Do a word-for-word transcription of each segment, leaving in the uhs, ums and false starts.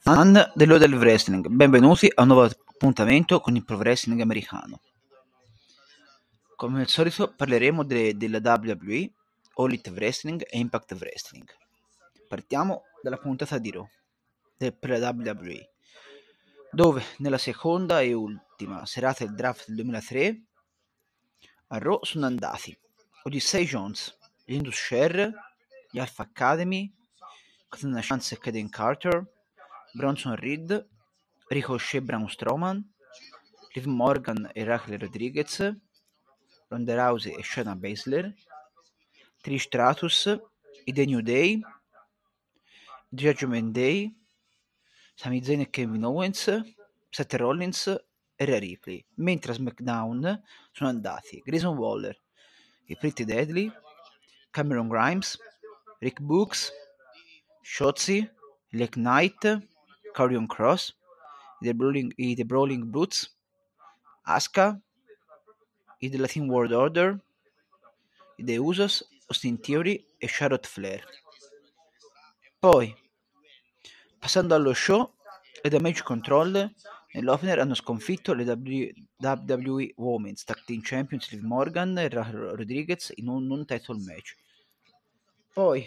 Fan dello del wrestling, benvenuti a un nuovo appuntamento con il pro wrestling americano. Come al solito parleremo de- della W W E, All Elite Wrestling e Impact Wrestling. Partiamo dalla puntata di Raw del, per la W W E, dove nella seconda e ultima serata del draft del duemilatré a Raw sono andati Odyssey Jones, Indus Sher, gli Alpha Academy, Katana Chance e Kaden Carter, Bronson Reed, Ricochet e Braun Strowman, Liv Morgan e Raquel Rodriguez, Ronda Rousey e Shayna Baszler, Trish Stratus, i The New Day, Judgment Day, Sami Zayn e Kevin Owens, Seth Rollins e Rhea Ripley, mentre a SmackDown sono andati Grayson Waller, i Pretty Deadly, Cameron Grimes, Rick Books, Shotzi, Lake Knight, Karrion Cross, i The Brawling, i The Brawling Brutes, Asuka, i The Latin World Order, i The Usos, Austin Theory e Charlotte Flair. Poi, passando allo show, le Damage Control nell'opener hanno sconfitto le W W E Women's Tag Team Champions Liv Morgan e Raquel Rodriguez in un non-title match. Poi,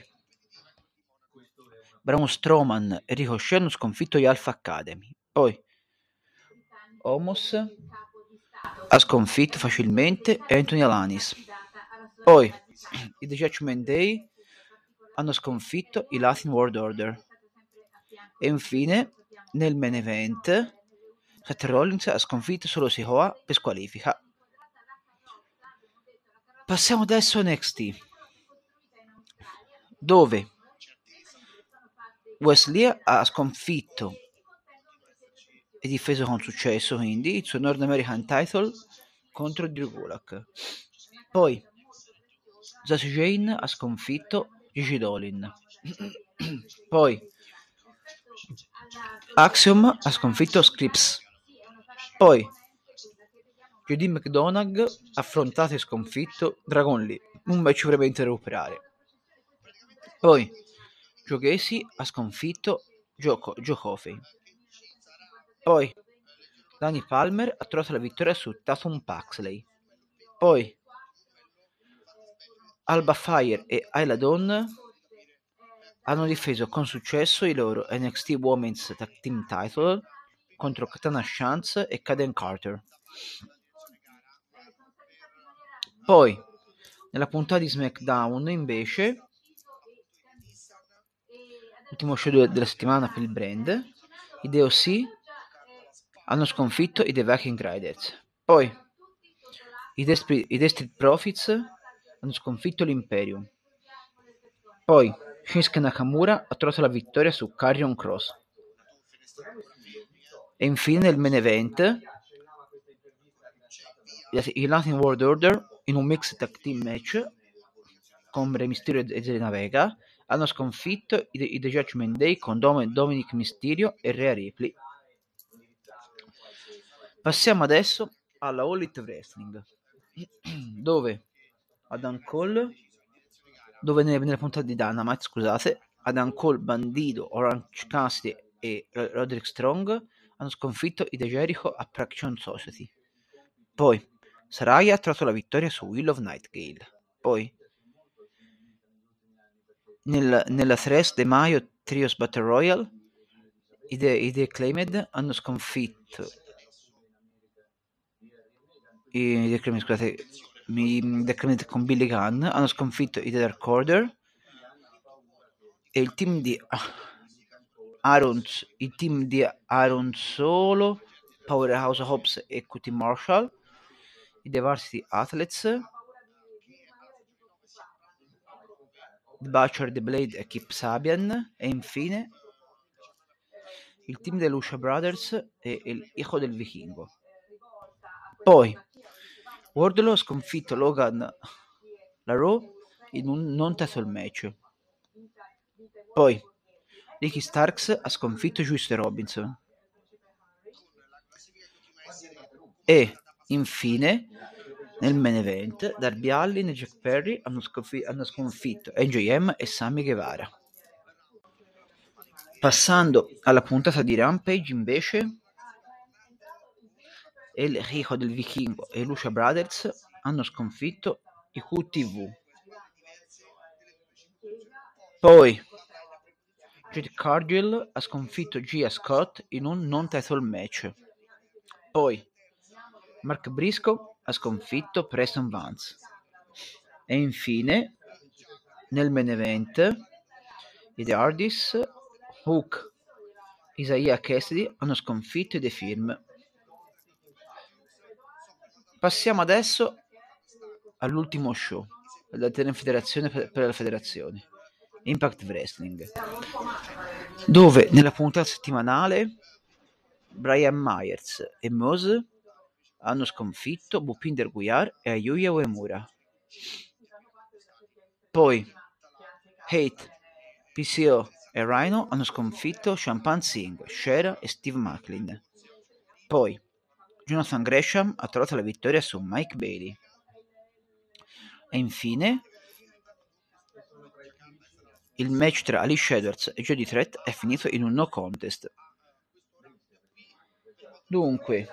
Braun Strowman e Ricochet hanno sconfitto gli Alpha Academy. Poi, Omos ha sconfitto facilmente Anthony Alanis. Poi, i The Judgment Day hanno sconfitto i Latin World Order. E infine, nel main event, Seth Rollins ha sconfitto solo Sikoa per squalifica. Passiamo adesso a N X T, dove Wesley ha sconfitto e difeso con successo quindi il suo North American title contro Drew Gulak. Poi Sasha Jane ha sconfitto Gigi Dolin. Poi Axiom ha sconfitto Scripps. Poi J D McDonagh ha affrontato e sconfitto Dragon Lee, un match brevemente recuperare. Poi Joe Gacy ha sconfitto Joe, Co- Joe Coffey. Poi Danny Palmer ha trovato la vittoria su Tatum Paxley. Poi Alba Fire e Ayla Dawn hanno difeso con successo i loro N X T Women's Tag Team Title contro Katana Chance e Kaden Carter. Poi, nella puntata di SmackDown, invece, l'ultimo show della settimana per il brand, i D O C hanno sconfitto i The Viking Riders. Poi, i The Street Profits hanno sconfitto l'Imperium. Poi, Shinsuke Nakamura ha trovato la vittoria su Karrion Cross. E infine nel main event il Latin World Order in un mixed tag team match con Rey Mysterio e Zelina Vega hanno sconfitto i, i The Judgment Day con Dom- Dominic Mysterio e Rhea Ripley. Passiamo adesso alla All Elite Wrestling, dove Adam Cole dove nelle, nelle puntate di Dynamite, scusate, Adam Cole, Bandido, Orange Cassidy e Roderick Strong hanno sconfitto i The Jericho a Praction Society. Poi Saraya ha trovato la vittoria su Will of Nightingale. Poi nel, nella Tres de Mayo Trios Battle Royale i The, i The Acclaimed hanno sconfitto i The Acclaimed, scusate, i The Acclaimed con Billy Gunn hanno sconfitto i The Dark Order e il team di Aaron, il team di Aaron Solo, Powerhouse Hobbs e Q T Marshall, i The Varsity Athletes, The Butcher, The Blade e Kip Sabian e infine il team dei Lucha Brothers e il Hijo del Vichingo. Poi Wardlow ha sconfitto Logan la Raw in un non title match. Poi Ricky Starks ha sconfitto Juice Robinson. E infine nel main event Darby Allin e Jack Perry hanno, sconfi- hanno sconfitto N J M e Sammy Guevara. Passando alla puntata di Rampage, invece, El Hijo del Vichingo e Lucha Brothers hanno sconfitto i Q T V. Poi Jade Cargill ha sconfitto Gia Scott in un non-title match. Poi Mark Briscoe ha sconfitto Preston Vance. E infine, nel main event, i The Hardys, Hook, Isaiah Cassidy hanno sconfitto i The Firm. Passiamo adesso all'ultimo show della Federazione per la federazione, Impact Wrestling, dove nella puntata settimanale Brian Myers e Moose hanno sconfitto Bhupinder Guyar e Ayuya Uemura. Poi Hate, P C O e Rhino hanno sconfitto Champagne Singh, Shera e Steve Macklin. Poi Jonathan Gresham ha trovato la vittoria su Mike Bailey. E infine il match tra Alicia Edwards e Jody Threat è finito in un no contest. Dunque,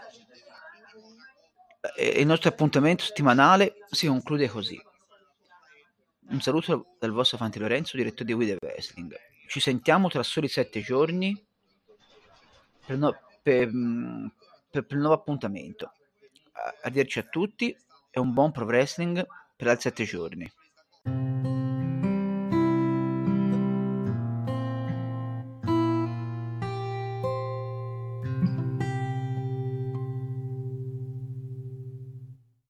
il nostro appuntamento settimanale si conclude così. Un saluto dal vostro Fanti Lorenzo, direttore di We The Wrestling. Ci sentiamo tra soli sette giorni per, no, per, per, per il nuovo appuntamento. Arrivederci a tutti e un buon pro wrestling per altri sette giorni.